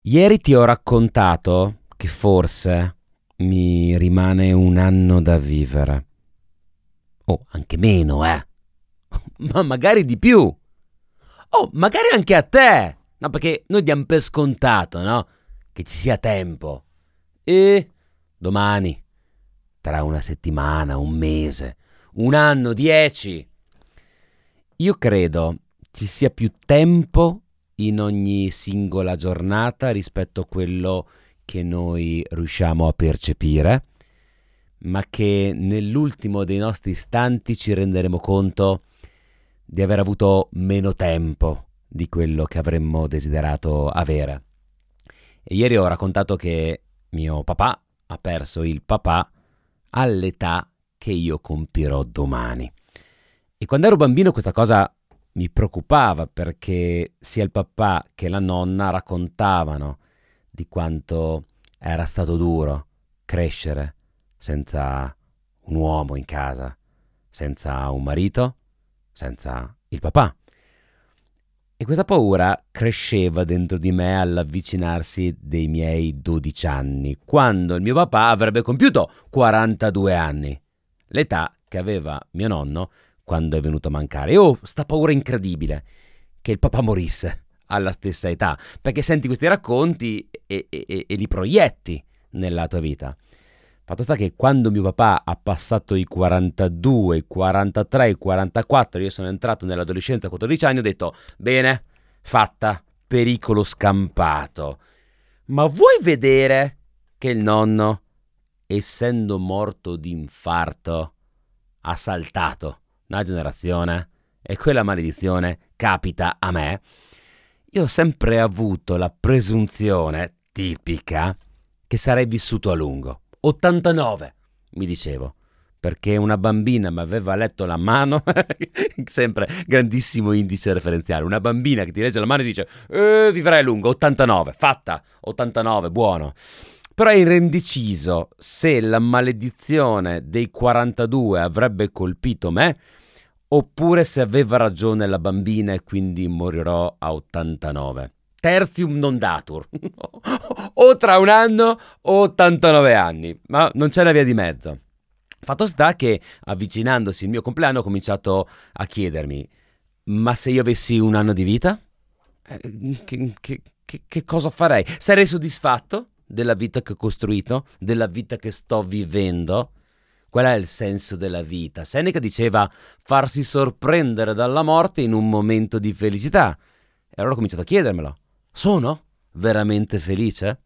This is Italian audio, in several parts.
Ieri ti ho raccontato che forse mi rimane un anno da vivere. Oh, anche meno, eh. Ma magari di più. Oh, magari anche a te. No, perché noi diamo per scontato, no? Che ci sia tempo. E domani, tra una settimana, un mese, un anno, 10. Io credo ci sia più tempo in ogni singola giornata rispetto a quello che noi riusciamo a percepire, ma che nell'ultimo dei nostri istanti ci renderemo conto di aver avuto meno tempo di quello che avremmo desiderato avere. E ieri ho raccontato che mio papà ha perso il papà all'età che io compirò domani. E quando ero bambino questa cosa mi preoccupava, perché sia il papà che la nonna raccontavano di quanto era stato duro crescere senza un uomo in casa, senza un marito, senza il papà. E questa paura cresceva dentro di me all'avvicinarsi dei miei 12 anni, quando il mio papà avrebbe compiuto 42 anni, l'età che aveva mio nonno quando è venuto a mancare. E ho sta paura incredibile che il papà morisse alla stessa età, perché senti questi racconti e li proietti nella tua vita. Fatto sta che quando mio papà ha passato i 42, i 43, i 44, io sono entrato nell'adolescenza a 14 anni, ho detto, bene, fatta, pericolo scampato. Ma vuoi vedere che il nonno, essendo morto di infarto, ha saltato una generazione e quella maledizione capita a me? Io ho sempre avuto la presunzione tipica che sarei vissuto a lungo. 89, mi dicevo, perché una bambina mi aveva letto la mano, sempre grandissimo indice referenziale, una bambina che ti legge la mano e dice vivrai a lungo, 89, fatta, 89, buono. Però ero indeciso se la maledizione dei 42 avrebbe colpito me oppure se aveva ragione la bambina e quindi morirò a 89. Tertium non datur. O tra un anno o 89 anni, ma non c'è una via di mezzo. Fatto sta che, avvicinandosi il mio compleanno, ho cominciato a chiedermi, ma se io avessi un anno di vita? Che cosa farei? Sarei soddisfatto della vita che ho costruito, della vita che sto vivendo? Qual è il senso della vita? Seneca diceva farsi sorprendere dalla morte in un momento di felicità. E allora ho cominciato a chiedermelo. Sono veramente felice?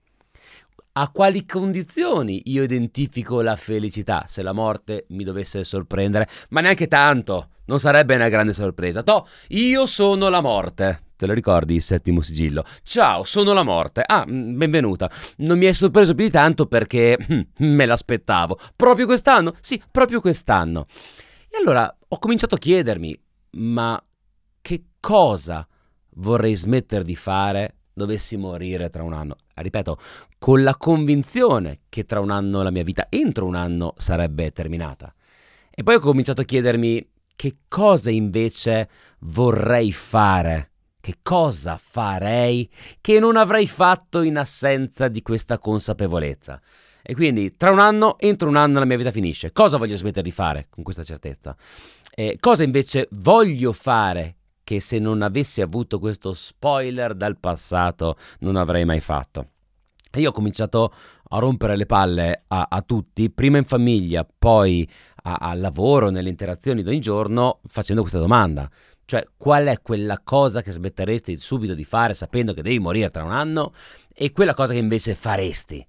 A quali condizioni io identifico la felicità se la morte mi dovesse sorprendere? Ma neanche tanto, non sarebbe una grande sorpresa. Io sono la morte. Te lo ricordi il settimo sigillo? Ciao, sono la morte. Ah, benvenuta. Non mi è sorpreso più di tanto perché me l'aspettavo. Proprio quest'anno? Sì, proprio quest'anno. E allora ho cominciato a chiedermi, ma che cosa vorrei smettere di fare dovessi morire tra un anno? Ripeto, con la convinzione che tra un anno la mia vita, entro un anno, sarebbe terminata. E poi ho cominciato a chiedermi che cosa invece vorrei fare, che cosa farei che non avrei fatto in assenza di questa consapevolezza. E quindi tra un anno, entro un anno la mia vita finisce. Cosa voglio smettere di fare con questa certezza? Cosa invece voglio fare che se non avessi avuto questo spoiler dal passato non avrei mai fatto? E io ho cominciato a rompere le palle a tutti, prima in famiglia, poi al lavoro, nelle interazioni di ogni giorno, facendo questa domanda. Cioè, qual è quella cosa che smetteresti subito di fare sapendo che devi morire tra un anno e quella cosa che invece faresti?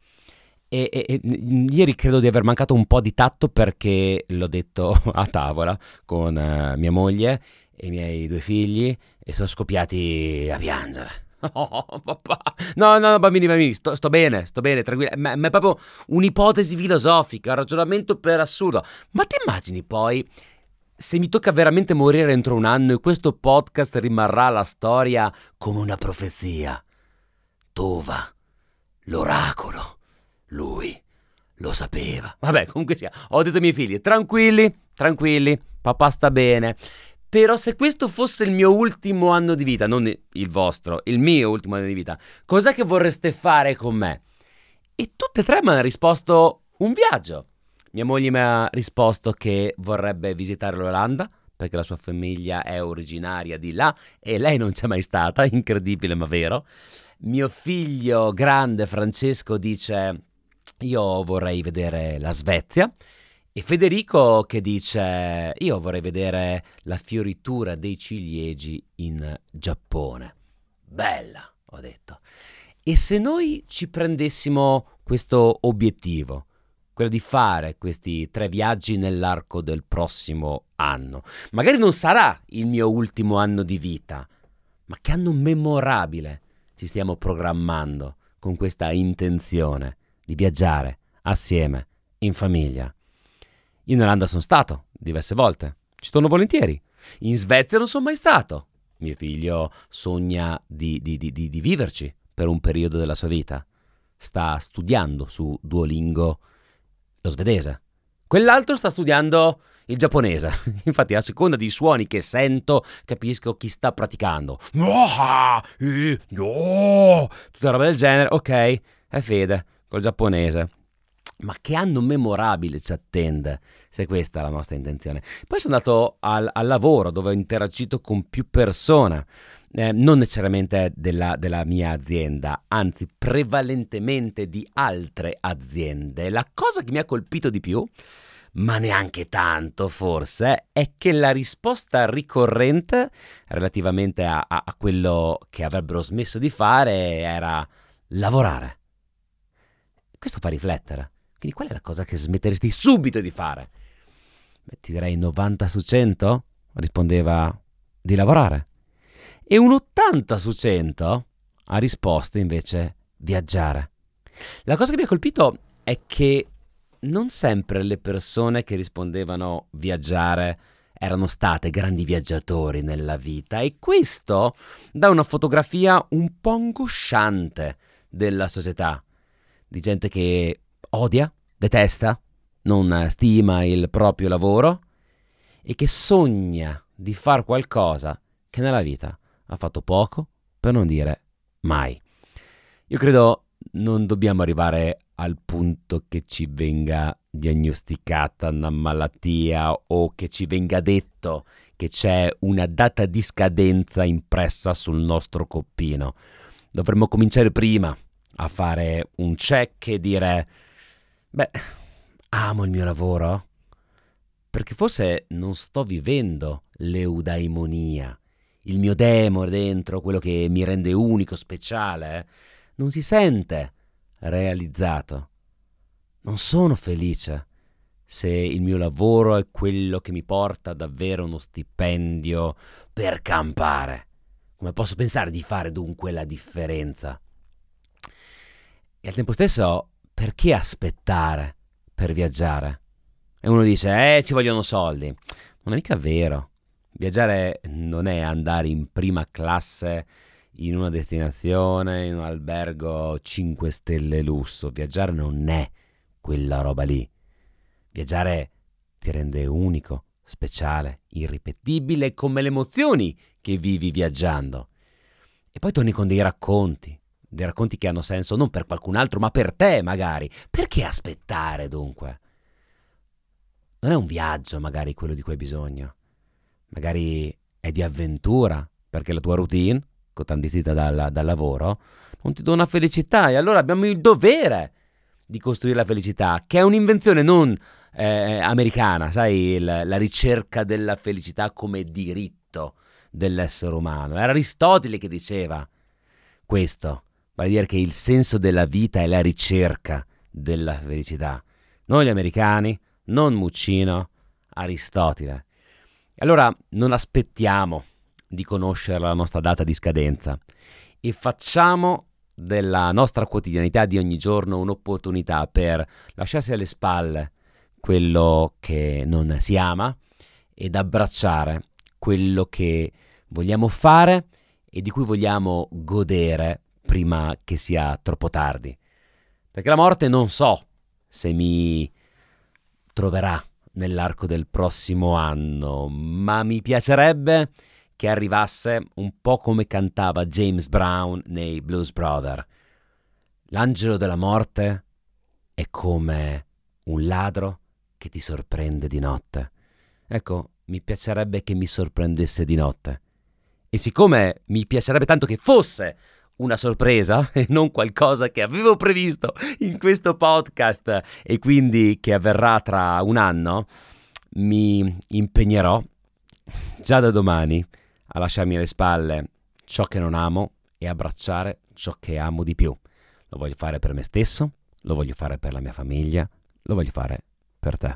E ieri credo di aver mancato un po' di tatto perché l'ho detto a tavola con mia moglie e i miei 2 figli e sono scoppiati a piangere. Oh, papà. No, bambini, sto bene, tranquilli. Ma è proprio un'ipotesi filosofica, un ragionamento per assurdo. Ma ti immagini poi se mi tocca veramente morire entro un anno e questo podcast rimarrà la storia come una profezia? Tova, l'oracolo, lui lo sapeva. Vabbè, comunque sia, ho detto ai miei figli, tranquilli, papà sta bene. Però se questo fosse il mio ultimo anno di vita, non il vostro, il mio ultimo anno di vita, cos'è che vorreste fare con me? E tutte e tre mi hanno risposto un viaggio. Mia moglie mi ha risposto che vorrebbe visitare l'Olanda, perché la sua famiglia è originaria di là e lei non c'è mai stata, incredibile ma vero. Mio figlio grande Francesco dice: io vorrei vedere la Svezia. E Federico che dice: io vorrei vedere la fioritura dei ciliegi in Giappone. Bella, ho detto. E se noi ci prendessimo questo obiettivo, quello di fare questi 3 viaggi nell'arco del prossimo anno, magari non sarà il mio ultimo anno di vita, ma che anno memorabile ci stiamo programmando con questa intenzione di viaggiare assieme, in famiglia. Io in Olanda sono stato diverse volte, ci torno volentieri. In Svezia non sono mai stato. Mio figlio sogna di viverci per un periodo della sua vita. Sta studiando su Duolingo lo svedese. Quell'altro sta studiando il giapponese. Infatti, a seconda dei suoni che sento, capisco chi sta praticando. Tutta roba del genere, ok, è Fede col giapponese. Ma che anno memorabile ci attende, se questa è la nostra intenzione. Poi sono andato al lavoro, dove ho interagito con più persone, non necessariamente della mia azienda, anzi prevalentemente di altre aziende. La cosa che mi ha colpito di più, ma neanche tanto forse, è che la risposta ricorrente relativamente a quello che avrebbero smesso di fare era lavorare. Questo fa riflettere. Quindi qual è la cosa che smetteresti subito di fare? Beh, ti direi 90 su 100 rispondeva di lavorare. E un 80 su 100 ha risposto invece viaggiare. La cosa che mi ha colpito è che non sempre le persone che rispondevano viaggiare erano state grandi viaggiatori nella vita, e questo dà una fotografia un po' angosciante della società, di gente che odia, detesta, non stima il proprio lavoro e che sogna di far qualcosa che nella vita ha fatto poco, per non dire mai. Io credo non dobbiamo arrivare al punto che ci venga diagnosticata una malattia o che ci venga detto che c'è una data di scadenza impressa sul nostro coppino. Dovremmo cominciare prima a fare un check e dire: beh, amo il mio lavoro? Perché forse non sto vivendo l'eudaimonia, il mio demo dentro, quello che mi rende unico, speciale, non si sente realizzato. Non sono felice se il mio lavoro è quello che mi porta davvero uno stipendio per campare. Come posso pensare di fare dunque la differenza? E al tempo stesso, perché aspettare per viaggiare? E uno dice: ci vogliono soldi. Non è mica vero. Viaggiare non è andare in prima classe in una destinazione, in un albergo 5 stelle lusso. Viaggiare non è quella roba lì. Viaggiare ti rende unico, speciale, irripetibile, come le emozioni che vivi viaggiando. E poi torni con dei racconti che hanno senso non per qualcun altro, ma per te magari. Perché aspettare dunque? Non è un viaggio magari quello di cui hai bisogno. Magari è di avventura, perché la tua routine, contraddistinta dal lavoro, non ti dona felicità, e allora abbiamo il dovere di costruire la felicità, che è un'invenzione non americana, sai, la ricerca della felicità come diritto dell'essere umano. Era Aristotele che diceva questo, vale a dire che il senso della vita è la ricerca della felicità. Non gli americani, non Muccino, Aristotele. E allora non aspettiamo di conoscere la nostra data di scadenza e facciamo della nostra quotidianità di ogni giorno un'opportunità per lasciarsi alle spalle quello che non si ama ed abbracciare quello che vogliamo fare e di cui vogliamo godere prima che sia troppo tardi. Perché la morte non so se mi troverà nell'arco del prossimo anno, ma mi piacerebbe che arrivasse un po' come cantava James Brown nei Blues Brothers. L'angelo della morte è come un ladro che ti sorprende di notte. Ecco, mi piacerebbe che mi sorprendesse di notte. E siccome mi piacerebbe tanto che fosse una sorpresa e non qualcosa che avevo previsto in questo podcast e quindi che avverrà tra un anno, mi impegnerò già da domani a lasciarmi alle spalle ciò che non amo e abbracciare ciò che amo di più. Lo voglio fare per me stesso, lo voglio fare per la mia famiglia, lo voglio fare per te.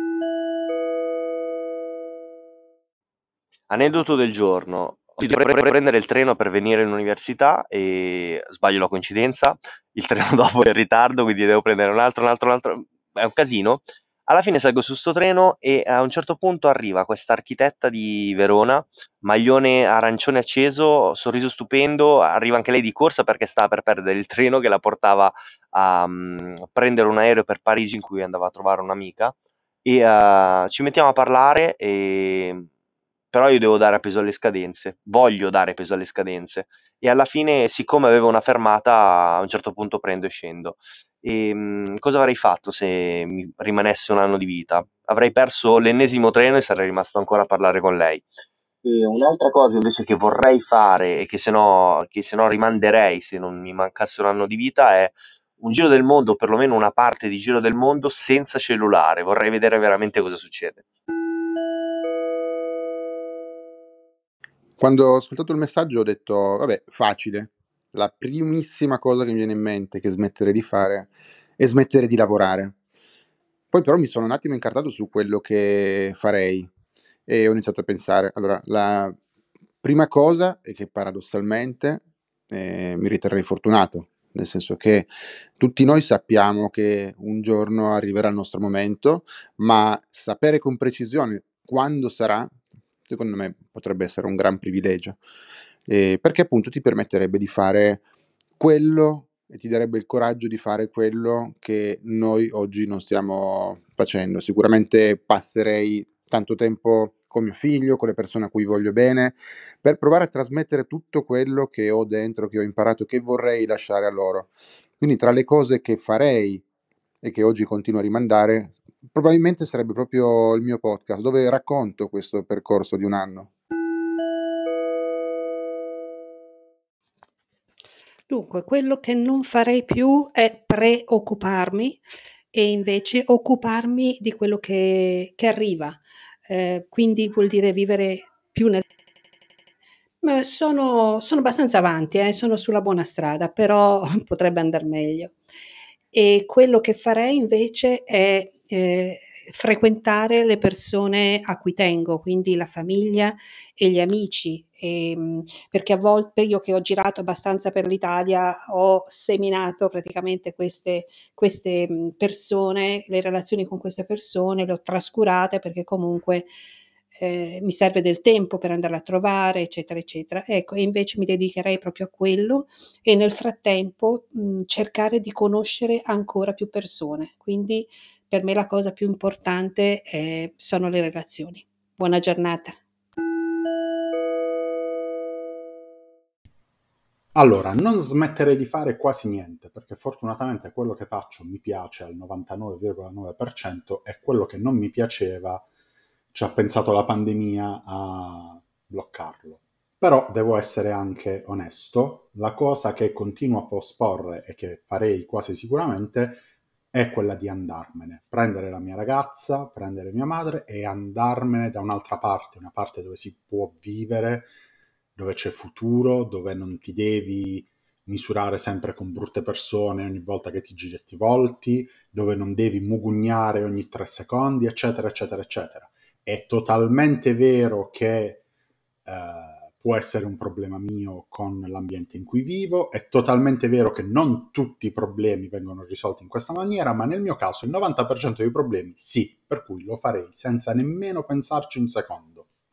Aneddoto del giorno. Oggi dovrei prendere il treno per venire in università e sbaglio la coincidenza. Il treno dopo è in ritardo, quindi devo prendere un altro. È un casino. Alla fine salgo su sto treno e a un certo punto arriva questa architetta di Verona, maglione arancione acceso, sorriso stupendo, arriva anche lei di corsa perché stava per perdere il treno che la portava a prendere un aereo per Parigi in cui andava a trovare un'amica e ci mettiamo a parlare però io devo dare peso alle scadenze, voglio dare peso alle scadenze e alla fine, siccome avevo una fermata, a un certo punto prendo e scendo. Cosa avrei fatto se mi rimanesse un anno di vita? Avrei perso l'ennesimo treno e sarei rimasto ancora a parlare con lei. E un'altra cosa invece che vorrei fare e che se no rimanderei se non mi mancasse un anno di vita è un giro del mondo, o perlomeno una parte di giro del mondo senza cellulare. Vorrei vedere veramente cosa succede. Quando ho ascoltato il messaggio ho detto, vabbè, facile. La primissima cosa che mi viene in mente che smettere di fare è smettere di lavorare. Poi però mi sono un attimo incartato su quello che farei e ho iniziato a pensare. Allora, la prima cosa è che paradossalmente mi riterrei fortunato, nel senso che tutti noi sappiamo che un giorno arriverà il nostro momento, ma sapere con precisione quando sarà, secondo me potrebbe essere un gran privilegio, perché appunto ti permetterebbe di fare quello e ti darebbe il coraggio di fare quello che noi oggi non stiamo facendo. Sicuramente passerei tanto tempo con mio figlio, con le persone a cui voglio bene, per provare a trasmettere tutto quello che ho dentro, che ho imparato, che vorrei lasciare a loro. Quindi tra le cose che farei e che oggi continuo a rimandare, probabilmente sarebbe proprio il mio podcast, dove racconto questo percorso di un anno. Dunque, quello che non farei più è preoccuparmi e invece occuparmi di quello che arriva. Quindi vuol dire vivere più nel ma sono abbastanza avanti, sono sulla buona strada, però potrebbe andar meglio. E quello che farei invece è, frequentare le persone a cui tengo, quindi la famiglia e gli amici, perché a volte io che ho girato abbastanza per l'Italia, ho seminato praticamente queste persone, le relazioni con queste persone, le ho trascurate perché comunque mi serve del tempo per andarla a trovare, eccetera, eccetera. Ecco, e invece mi dedicherei proprio a quello e nel frattempo cercare di conoscere ancora più persone. Quindi per me la cosa più importante sono le relazioni. Buona giornata. Allora, non smetterei di fare quasi niente, perché fortunatamente quello che faccio mi piace al 99,9% e quello che non mi piaceva ci ha pensato la pandemia a bloccarlo. Però devo essere anche onesto, la cosa che continuo a posporre e che farei quasi sicuramente è quella di andarmene, prendere la mia ragazza, prendere mia madre e andarmene da un'altra parte, una parte dove si può vivere, dove c'è futuro, dove non ti devi misurare sempre con brutte persone ogni volta che ti giri e ti volti, dove non devi mugugnare ogni 3 secondi, eccetera, eccetera, eccetera. È totalmente vero che può essere un problema mio con l'ambiente in cui vivo, è totalmente vero che non tutti i problemi vengono risolti in questa maniera, ma nel mio caso il 90% dei problemi sì, per cui lo farei senza nemmeno pensarci un secondo.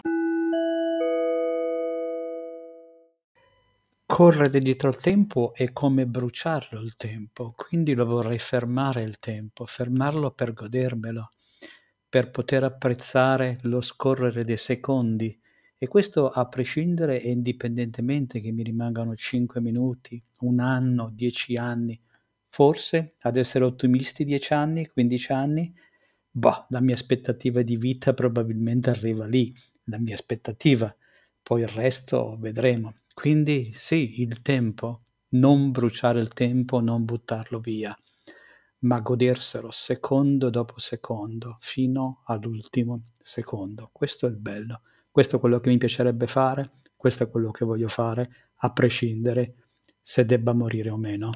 Correre dietro al tempo è come bruciarlo il tempo, quindi lo vorrei fermare il tempo, fermarlo per godermelo, per poter apprezzare lo scorrere dei secondi. E questo a prescindere e indipendentemente che mi rimangano 5 minuti, un anno, 10 anni. Forse, ad essere ottimisti, 10 anni, 15 anni, boh, la mia aspettativa di vita probabilmente arriva lì, la mia aspettativa. Poi il resto vedremo. Quindi sì, il tempo, non bruciare il tempo, non buttarlo via, ma goderselo secondo dopo secondo, fino all'ultimo secondo. Questo è il bello. Questo è quello che mi piacerebbe fare, questo è quello che voglio fare, a prescindere se debba morire o meno.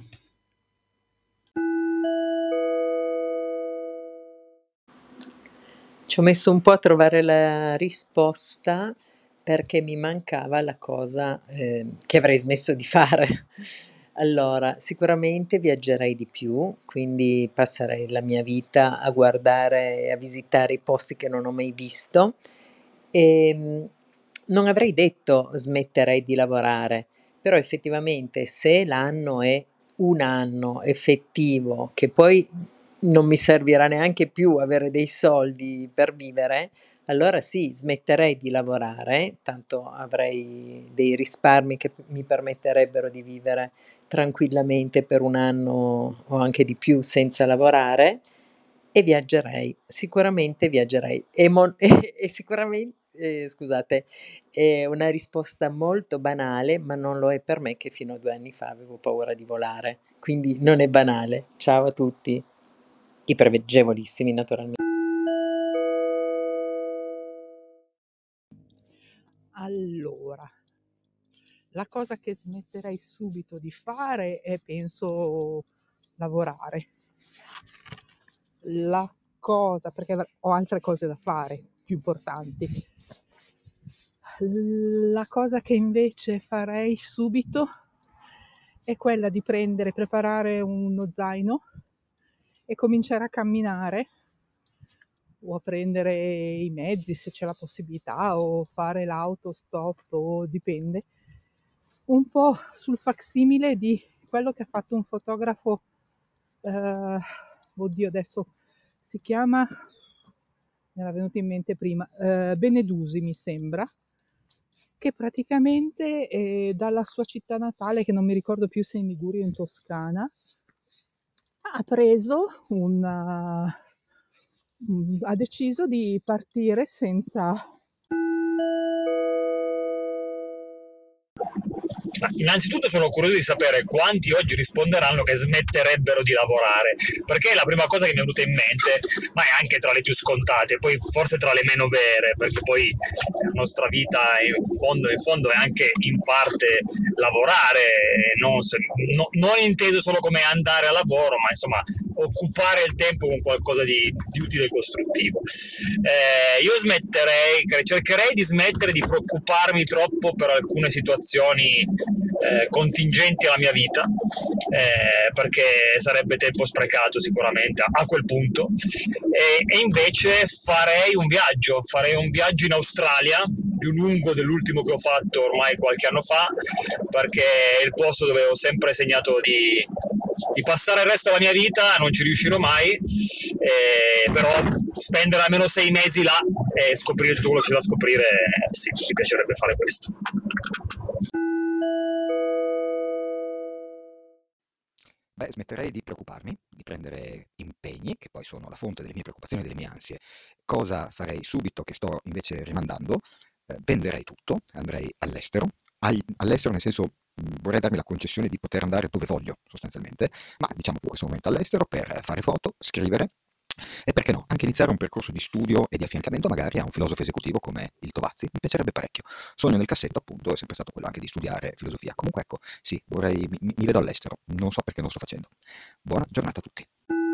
Ci ho messo un po' a trovare la risposta perché mi mancava la cosa che avrei smesso di fare. Allora, sicuramente viaggerei di più, quindi passerei la mia vita a guardare e a visitare i posti che non ho mai visto. Non avrei detto smetterei di lavorare, però effettivamente se l'anno è un anno effettivo, che poi non mi servirà neanche più avere dei soldi per vivere, allora sì, smetterei di lavorare, tanto avrei dei risparmi che mi permetterebbero di vivere tranquillamente per un anno o anche di più senza lavorare e viaggerei, sicuramente viaggerei. E sicuramente, scusate, è una risposta molto banale, ma non lo è per me che fino a 2 anni fa avevo paura di volare, quindi non è banale. Ciao a tutti, iperveggevolissimi naturalmente. Allora, la cosa che smetterei subito di fare è, penso, lavorare. La cosa, perché ho altre cose da fare più importanti. La cosa che invece farei subito è quella di preparare uno zaino e cominciare a camminare o a prendere i mezzi se c'è la possibilità, o fare l'autostop, o dipende, un po' sul facsimile di quello che ha fatto un fotografo, oddio adesso si chiama, mi era venuto in mente prima, Benedusi mi sembra, che praticamente dalla sua città natale, che non mi ricordo più se in Liguria o in Toscana, ha preso ha deciso di partire senza... Innanzitutto sono curioso di sapere quanti oggi risponderanno che smetterebbero di lavorare, perché è la prima cosa che mi è venuta in mente, ma è anche tra le più scontate, poi forse tra le meno vere, perché poi la nostra vita in fondo è anche in parte lavorare, non inteso solo come andare a lavoro, ma insomma occupare il tempo con qualcosa di utile e costruttivo. Io cercherei di smettere di preoccuparmi troppo per alcune situazioni contingenti alla mia vita, perché sarebbe tempo sprecato sicuramente a quel punto, e invece farei un viaggio in Australia, più lungo dell'ultimo che ho fatto ormai qualche anno fa, perché è il posto dove ho sempre segnato di passare il resto della mia vita, non ci riuscirò mai, però spendere almeno 6 mesi là e scoprire tutto quello che c'è da scoprire, sì, mi piacerebbe fare questo. Beh, smetterei di preoccuparmi, di prendere impegni, che poi sono la fonte delle mie preoccupazioni e delle mie ansie. Cosa farei subito che sto invece rimandando? Venderei tutto, andrei all'estero, all'estero nel senso vorrei darmi la concessione di poter andare dove voglio, sostanzialmente, ma diciamo che in questo momento all'estero per fare foto, scrivere e perché no, anche iniziare un percorso di studio e di affiancamento magari a un filosofo esecutivo come il Tovazzi, mi piacerebbe parecchio. Sogno nel cassetto appunto è sempre stato quello anche di studiare filosofia. Comunque ecco, sì, mi vedo all'estero, non so perché non lo sto facendo. Buona giornata a tutti.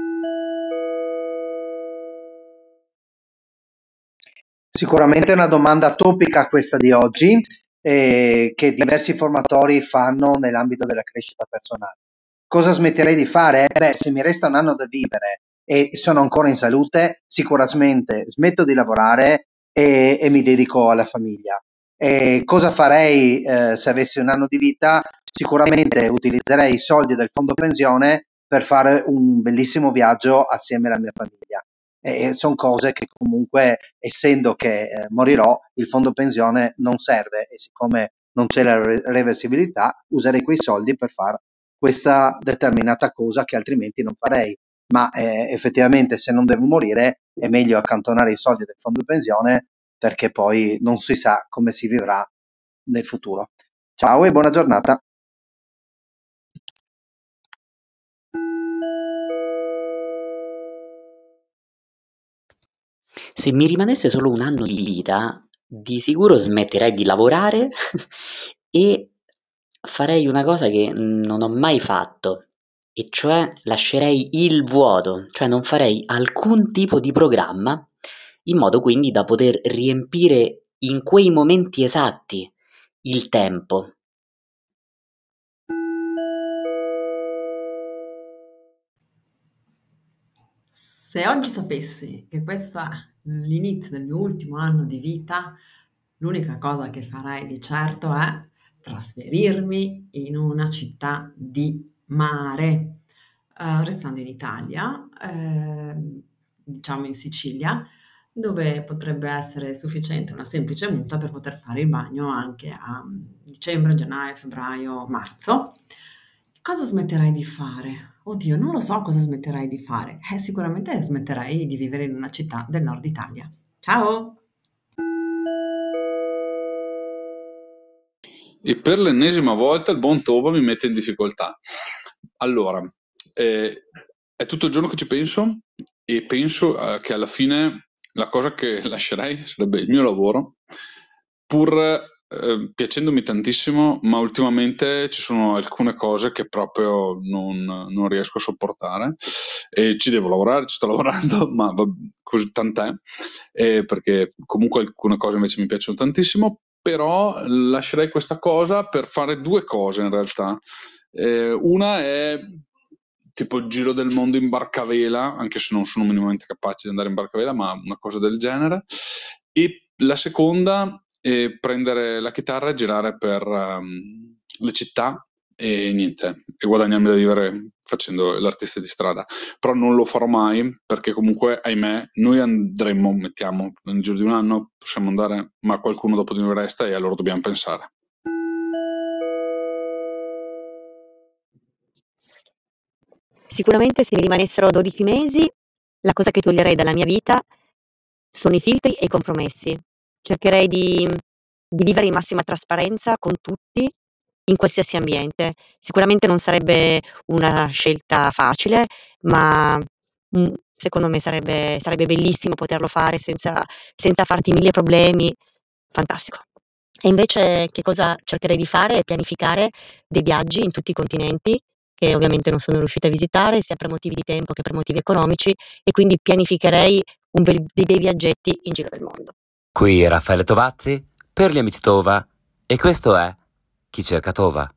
Sicuramente è una domanda topica questa di oggi, che diversi formatori fanno nell'ambito della crescita personale. Cosa smetterei di fare? Beh, se mi resta un anno da vivere e sono ancora in salute, sicuramente smetto di lavorare e mi dedico alla famiglia. Cosa farei se avessi un anno di vita? Sicuramente utilizzerei i soldi del fondo pensione per fare un bellissimo viaggio assieme alla mia famiglia. E sono cose che comunque, essendo che morirò, il fondo pensione non serve, e siccome non c'è la reversibilità, userei quei soldi per fare questa determinata cosa che altrimenti non farei. Ma effettivamente, se non devo morire, è meglio accantonare i soldi del fondo pensione, perché poi non si sa come si vivrà nel futuro. Ciao e buona giornata. Se mi rimanesse solo un anno di vita, di sicuro smetterei di lavorare e farei una cosa che non ho mai fatto, e cioè lascerei il vuoto, cioè non farei alcun tipo di programma, in modo quindi da poter riempire in quei momenti esatti il tempo. Se oggi sapessi che questo è l'inizio del mio ultimo anno di vita, l'unica cosa che farei di certo è trasferirmi in una città di mare, restando in Italia, diciamo in Sicilia, dove potrebbe essere sufficiente una semplice multa per poter fare il bagno anche a dicembre, gennaio, febbraio, marzo. Cosa smetterei di fare? Oddio, non lo so cosa smetterei di fare. Sicuramente smetterei di vivere in una città del nord Italia. Ciao! E per l'ennesima volta il buon Tova mi mette in difficoltà. Allora, è tutto il giorno che ci penso e penso che alla fine la cosa che lascerei sarebbe il mio lavoro, pur piacendomi tantissimo, ma ultimamente ci sono alcune cose che proprio non riesco a sopportare e ci devo lavorare, ci sto lavorando, ma così tant'è, perché comunque alcune cose invece mi piacciono tantissimo, però lascerei questa cosa per fare due cose in realtà. Una è tipo il giro del mondo in barcavela, anche se non sono minimamente capace di andare in barcavela, ma una cosa del genere. E la seconda è prendere la chitarra e girare per le città e niente, e guadagnarmi da vivere facendo l'artista di strada. Però non lo farò mai, perché comunque, ahimè, noi andremo, mettiamo, nel giro di un anno possiamo andare, ma qualcuno dopo di noi resta e allora dobbiamo pensare. Sicuramente se mi rimanessero 12 mesi, la cosa che toglierei dalla mia vita sono i filtri e i compromessi. Cercherei di vivere in massima trasparenza con tutti, in qualsiasi ambiente. Sicuramente non sarebbe una scelta facile, ma secondo me sarebbe bellissimo poterlo fare senza farti 1000 problemi. Fantastico. E invece che cosa cercherei di fare è pianificare dei viaggi in tutti i continenti, che ovviamente non sono riuscita a visitare, sia per motivi di tempo che per motivi economici, e quindi pianificherei dei bei viaggetti in giro del mondo. Qui Raffaele Tovazzi per gli amici Tova, e questo è Chi cerca Tova.